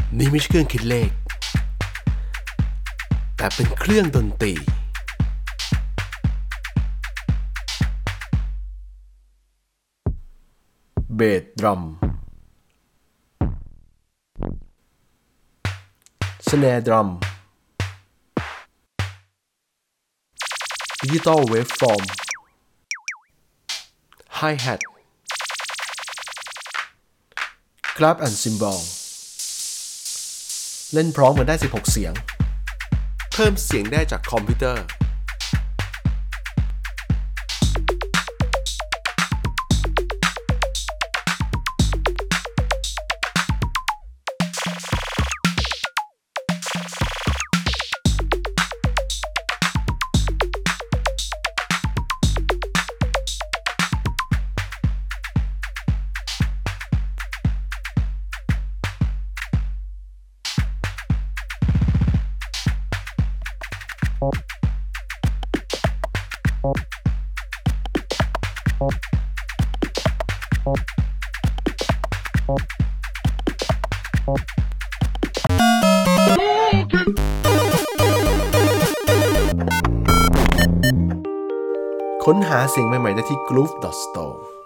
นี่ไม่ใช่เครื่องคิดเลขแต่เป็นเครื่องดนตรีเบสดรัมสแนร์ดรัมดิจิตอลเวฟฟอร์มไฮแฮทคลับแอนด์ซิมบอลเล่นพร้อมกันได้16เสียงเพิ่มเสียงได้จากคอมพิวเตอร์ค้นหาสิ่งใหม่ๆได้ที่ groove.store